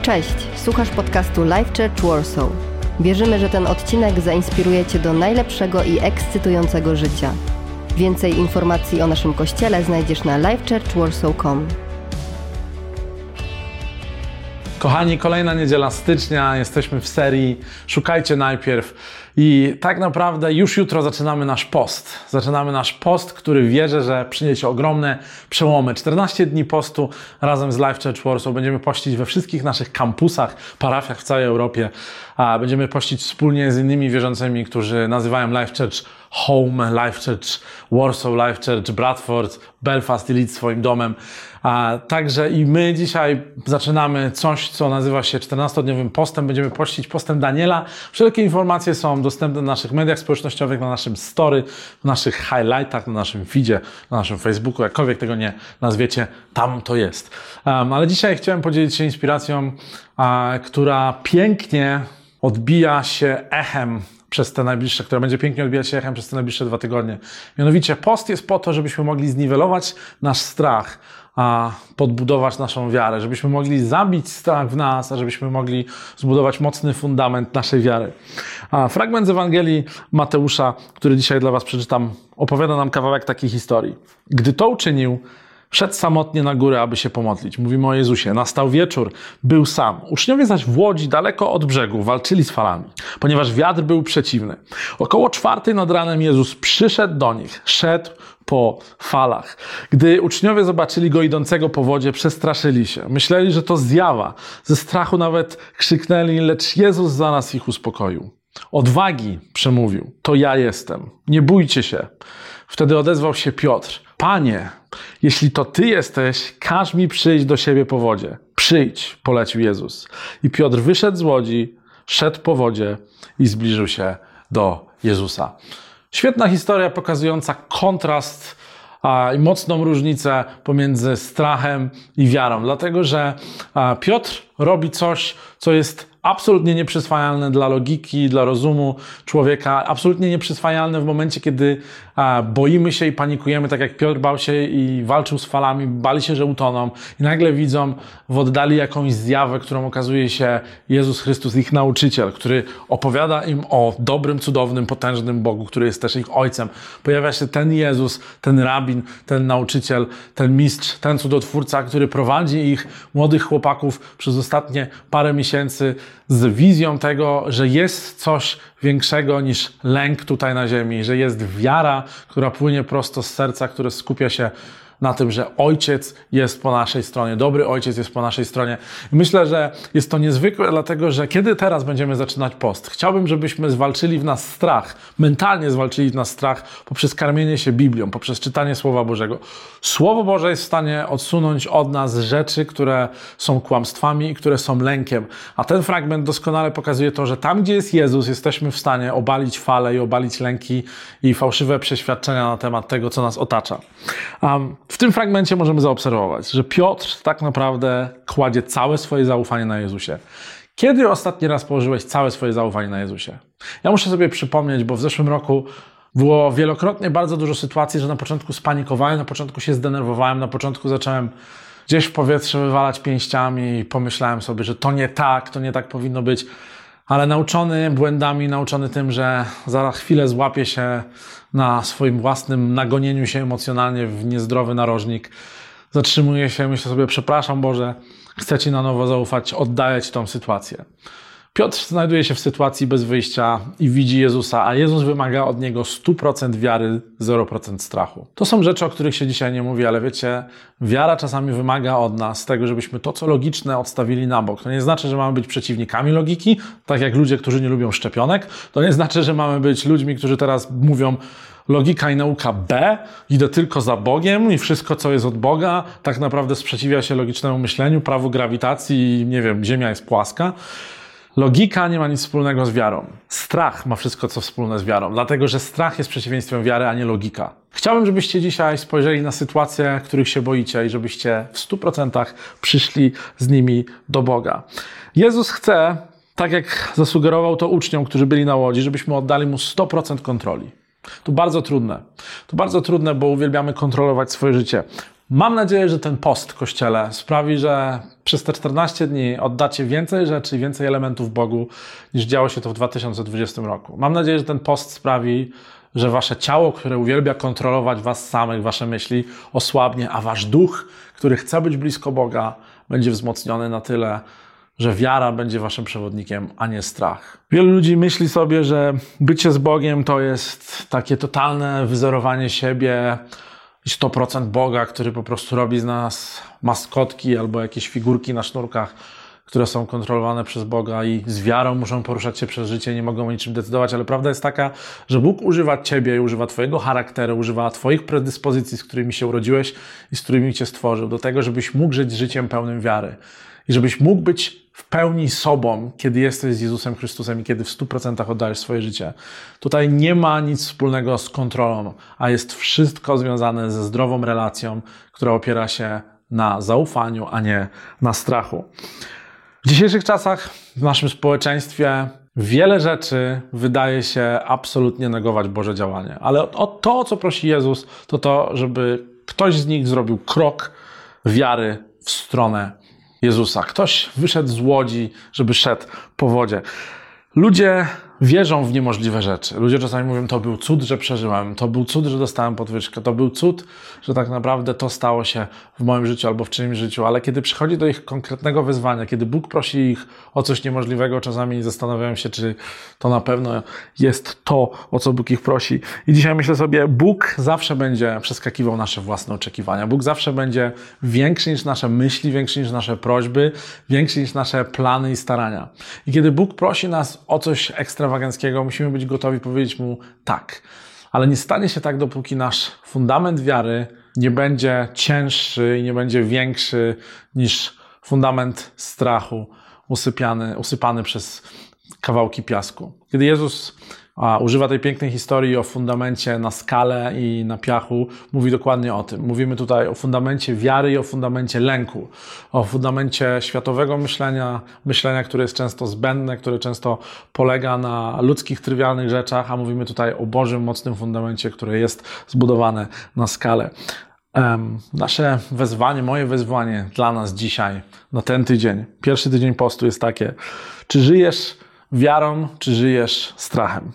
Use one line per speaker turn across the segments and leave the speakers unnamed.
Cześć, słuchasz podcastu Life Church Warsaw. Wierzymy, że ten odcinek zainspiruje Cię do najlepszego i ekscytującego życia. Więcej informacji o naszym kościele znajdziesz na lifechurchwarsaw.com.
Kochani, kolejna niedziela stycznia, jesteśmy w serii Szukajcie najpierw i tak naprawdę już jutro zaczynamy nasz post. Zaczynamy nasz post, który wierzę, że przyniesie ogromne przełomy. 14 dni postu razem z Life Church Warsaw. Będziemy pościć we wszystkich naszych kampusach, parafiach w całej Europie. Będziemy pościć wspólnie z innymi wierzącymi, którzy nazywają Life Church Home, Life Church Warsaw, Life Church Bradford, Belfast i Leeds swoim domem. Także i my dzisiaj zaczynamy coś, co nazywa się 14-dniowym postem. Będziemy pościć postem Daniela. Wszelkie informacje są dostępne na naszych mediach społecznościowych, na naszym story, w naszych highlightach, na naszym feedzie, na naszym Facebooku, jakkolwiek tego nie nazwiecie, tam to jest. Ale dzisiaj chciałem podzielić się inspiracją, która pięknie odbija się echem przez te najbliższe, która będzie pięknie odbijać się echem przez te najbliższe 2 tygodnie. Mianowicie post jest po to, żebyśmy mogli zniwelować nasz strach, podbudować naszą wiarę, żebyśmy mogli zabić strach w nas, a żebyśmy mogli zbudować mocny fundament naszej wiary. Fragment z Ewangelii Mateusza, który dzisiaj dla Was przeczytam, opowiada nam kawałek takiej historii. Gdy to uczynił, szedł samotnie na górę, aby się pomodlić. Mówimy o Jezusie. Nastał wieczór, był sam. Uczniowie zaś w łodzi daleko od brzegu walczyli z falami, ponieważ wiatr był przeciwny. Około 4 nad ranem Jezus przyszedł do nich, szedł po falach. Gdy uczniowie zobaczyli Go idącego po wodzie, przestraszyli się. Myśleli, że to zjawa. Ze strachu nawet krzyknęli, lecz Jezus zaraz ich uspokoił. Odwagi, przemówił, to ja jestem. Nie bójcie się. Wtedy odezwał się Piotr. Panie, jeśli to Ty jesteś, każ mi przyjść do siebie po wodzie. Przyjdź, polecił Jezus. I Piotr wyszedł z łodzi, szedł po wodzie i zbliżył się do Jezusa. Świetna historia pokazująca kontrast i mocną różnicę pomiędzy strachem i wiarą. Dlatego, że Piotr robi coś, co jest absolutnie nieprzyswajalne dla logiki, dla rozumu człowieka, absolutnie nieprzyswajalne w momencie, kiedy boimy się i panikujemy, tak jak Piotr bał się i walczył z falami, bali się, że utoną i nagle widzą w oddali jakąś zjawę, którą okazuje się Jezus Chrystus, ich nauczyciel, który opowiada im o dobrym, cudownym, potężnym Bogu, który jest też ich Ojcem. Pojawia się ten Jezus, ten rabin, ten nauczyciel, ten mistrz, ten cudotwórca, który prowadzi ich, młodych chłopaków, przez ostatnie parę miesięcy z wizją tego, że jest coś większego niż lęk tutaj na ziemi, że jest wiara, która płynie prosto z serca, które skupia się na tym, że Ojciec jest po naszej stronie, dobry Ojciec jest po naszej stronie. I myślę, że jest to niezwykłe, dlatego że kiedy teraz będziemy zaczynać post, chciałbym, żebyśmy zwalczyli w nas strach, mentalnie zwalczyli w nas strach poprzez karmienie się Biblią, poprzez czytanie Słowa Bożego. Słowo Boże jest w stanie odsunąć od nas rzeczy, które są kłamstwami i które są lękiem. A ten fragment doskonale pokazuje to, że tam, gdzie jest Jezus, jesteśmy w stanie obalić fale i obalić lęki i fałszywe przeświadczenia na temat tego, co nas otacza. W tym fragmencie możemy zaobserwować, że Piotr tak naprawdę kładzie całe swoje zaufanie na Jezusie. Kiedy ostatni raz położyłeś całe swoje zaufanie na Jezusie? Ja muszę sobie przypomnieć, bo w zeszłym roku było wielokrotnie bardzo dużo sytuacji, że na początku spanikowałem, na początku się zdenerwowałem, na początku zacząłem gdzieś w powietrze wywalać pięściami i pomyślałem sobie, że to nie tak powinno być. Ale nauczony błędami, nauczony tym, że za chwilę złapię się na swoim własnym nagonieniu się emocjonalnie w niezdrowy narożnik, zatrzymuję się, myślę sobie, przepraszam Boże, chcę Ci na nowo zaufać, oddaję Ci tą sytuację. Piotr znajduje się w sytuacji bez wyjścia i widzi Jezusa, a Jezus wymaga od niego 100% wiary, 0% strachu. To są rzeczy, o których się dzisiaj nie mówi, ale wiecie, wiara czasami wymaga od nas tego, żebyśmy to, co logiczne, odstawili na bok. To nie znaczy, że mamy być przeciwnikami logiki, tak jak ludzie, którzy nie lubią szczepionek. To nie znaczy, że mamy być ludźmi, którzy teraz mówią logika i nauka B, idę tylko za Bogiem i wszystko, co jest od Boga, tak naprawdę sprzeciwia się logicznemu myśleniu, prawu grawitacji i nie wiem, Ziemia jest płaska. Logika nie ma nic wspólnego z wiarą. Strach ma wszystko, co wspólne z wiarą, dlatego że strach jest przeciwieństwem wiary, a nie logika. Chciałbym, żebyście dzisiaj spojrzeli na sytuacje, których się boicie i żebyście w 100% przyszli z nimi do Boga. Jezus chce, tak jak zasugerował to uczniom, którzy byli na łodzi, żebyśmy oddali Mu 100% kontroli. To bardzo trudne. To bardzo trudne, bo uwielbiamy kontrolować swoje życie. Mam nadzieję, że ten post, Kościele, sprawi, że przez te 14 dni oddacie więcej rzeczy, więcej elementów Bogu, niż działo się to w 2020 roku. Mam nadzieję, że ten post sprawi, że wasze ciało, które uwielbia kontrolować was samych, wasze myśli, osłabnie, a wasz duch, który chce być blisko Boga, będzie wzmocniony na tyle, że wiara będzie waszym przewodnikiem, a nie strach. Wielu ludzi myśli sobie, że bycie z Bogiem to jest takie totalne wyzerowanie siebie i 100% Boga, który po prostu robi z nas maskotki albo jakieś figurki na sznurkach, które są kontrolowane przez Boga i z wiarą muszą poruszać się przez życie, nie mogą o niczym decydować, ale prawda jest taka, że Bóg używa ciebie i używa twojego charakteru, używa twoich predyspozycji, z którymi się urodziłeś i z którymi cię stworzył, do tego, żebyś mógł żyć życiem pełnym wiary. I żebyś mógł być w pełni sobą, kiedy jesteś z Jezusem Chrystusem i kiedy w 100% oddajesz swoje życie. Tutaj nie ma nic wspólnego z kontrolą, a jest wszystko związane ze zdrową relacją, która opiera się na zaufaniu, a nie na strachu. W dzisiejszych czasach w naszym społeczeństwie wiele rzeczy wydaje się absolutnie negować Boże działanie. Ale to, o co prosi Jezus, to to, żeby ktoś z nich zrobił krok wiary w stronę Jezusa. Ktoś wyszedł z łodzi, żeby szedł po wodzie. Ludzie wierzą w niemożliwe rzeczy. Ludzie czasami mówią, to był cud, że przeżyłem, to był cud, że dostałem podwyżkę, to był cud, że tak naprawdę to stało się w moim życiu albo w czyimś życiu, ale kiedy przychodzi do ich konkretnego wyzwania, kiedy Bóg prosi ich o coś niemożliwego, czasami zastanawiają się, czy to na pewno jest to, o co Bóg ich prosi. I dzisiaj myślę sobie, Bóg zawsze będzie przeskakiwał nasze własne oczekiwania. Bóg zawsze będzie większy niż nasze myśli, większy niż nasze prośby, większy niż nasze plany i starania. I kiedy Bóg prosi nas o coś ekstrawaganckiego, musimy być gotowi powiedzieć Mu tak. Ale nie stanie się tak, dopóki nasz fundament wiary nie będzie cięższy i nie będzie większy niż fundament strachu usypany przez kawałki piasku. Kiedy Jezus używa tej pięknej historii o fundamencie na skale i na piachu, mówi dokładnie o tym. Mówimy tutaj o fundamencie wiary i o fundamencie lęku. O fundamencie światowego myślenia, które jest często zbędne, które często polega na ludzkich, trywialnych rzeczach, a mówimy tutaj o Bożym, mocnym fundamencie, które jest zbudowane na skale. Nasze wezwanie, moje wezwanie dla nas dzisiaj, na ten tydzień, pierwszy tydzień postu jest takie: czy żyjesz wiarą, czy żyjesz strachem?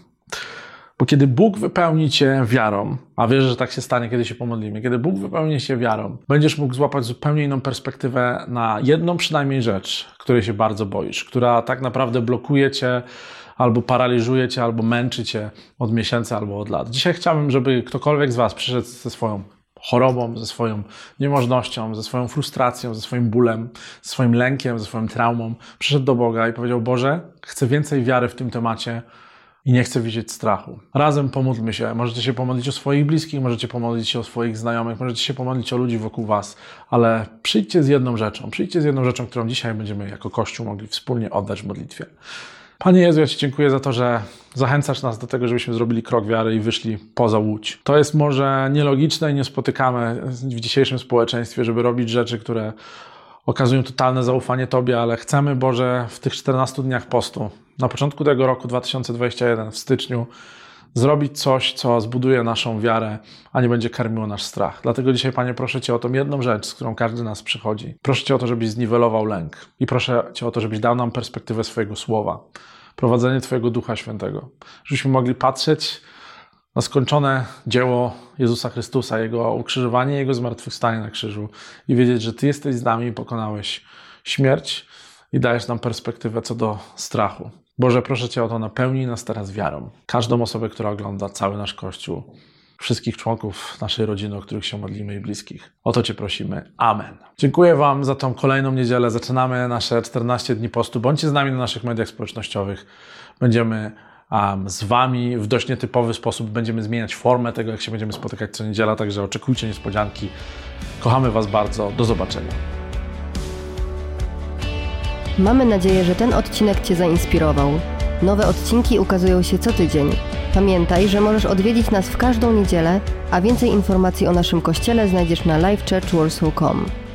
Bo kiedy Bóg wypełni cię wiarą, a wierzę, że tak się stanie, kiedy się pomodlimy, kiedy Bóg wypełni cię wiarą, będziesz mógł złapać zupełnie inną perspektywę na jedną przynajmniej rzecz, której się bardzo boisz, która tak naprawdę blokuje cię, albo paraliżuje cię, albo męczy cię od miesięcy, albo od lat. Dzisiaj chciałbym, żeby ktokolwiek z was przyszedł ze swoją chorobą, ze swoją niemożnością, ze swoją frustracją, ze swoim bólem, ze swoim lękiem, ze swoją traumą, przyszedł do Boga i powiedział: Boże, chcę więcej wiary w tym temacie i nie chcę widzieć strachu. Razem pomódlmy się. Możecie się pomodlić o swoich bliskich, możecie pomodlić się o swoich znajomych, możecie się pomodlić o ludzi wokół was, ale przyjdźcie z jedną rzeczą, którą dzisiaj będziemy jako Kościół mogli wspólnie oddać w modlitwie. Panie Jezu, ja Ci dziękuję za to, że zachęcasz nas do tego, żebyśmy zrobili krok wiary i wyszli poza łódź. To jest może nielogiczne i niespotykane w dzisiejszym społeczeństwie, żeby robić rzeczy, które okazują totalne zaufanie Tobie, ale chcemy, Boże, w tych 14 dniach postu, na początku tego roku 2021, w styczniu, zrobić coś, co zbuduje naszą wiarę, a nie będzie karmiło nasz strach. Dlatego dzisiaj, Panie, proszę Cię o tą jedną rzecz, z którą każdy z nas przychodzi. Proszę Cię o to, żebyś zniwelował lęk. I proszę Cię o to, żebyś dał nam perspektywę swojego Słowa, prowadzenie Twojego Ducha Świętego. Żebyśmy mogli patrzeć na skończone dzieło Jezusa Chrystusa, Jego ukrzyżowanie, Jego zmartwychwstanie na krzyżu i wiedzieć, że Ty jesteś z nami i pokonałeś śmierć i dajesz nam perspektywę co do strachu. Boże, proszę Cię o to, napełnij nas teraz wiarą. Każdą osobę, która ogląda cały nasz Kościół, wszystkich członków naszej rodziny, o których się modlimy i bliskich. O to Cię prosimy. Amen. Dziękuję Wam za tą kolejną niedzielę. Zaczynamy nasze 14 dni postu. Bądźcie z nami na naszych mediach społecznościowych. Będziemy z Wami w dość nietypowy sposób. Będziemy zmieniać formę tego, jak się będziemy spotykać co niedziela, także oczekujcie niespodzianki. Kochamy Was bardzo. Do zobaczenia.
Mamy nadzieję, że ten odcinek Cię zainspirował. Nowe odcinki ukazują się co tydzień. Pamiętaj, że możesz odwiedzić nas w każdą niedzielę, a więcej informacji o naszym kościele znajdziesz na livechurchwarsaw.com.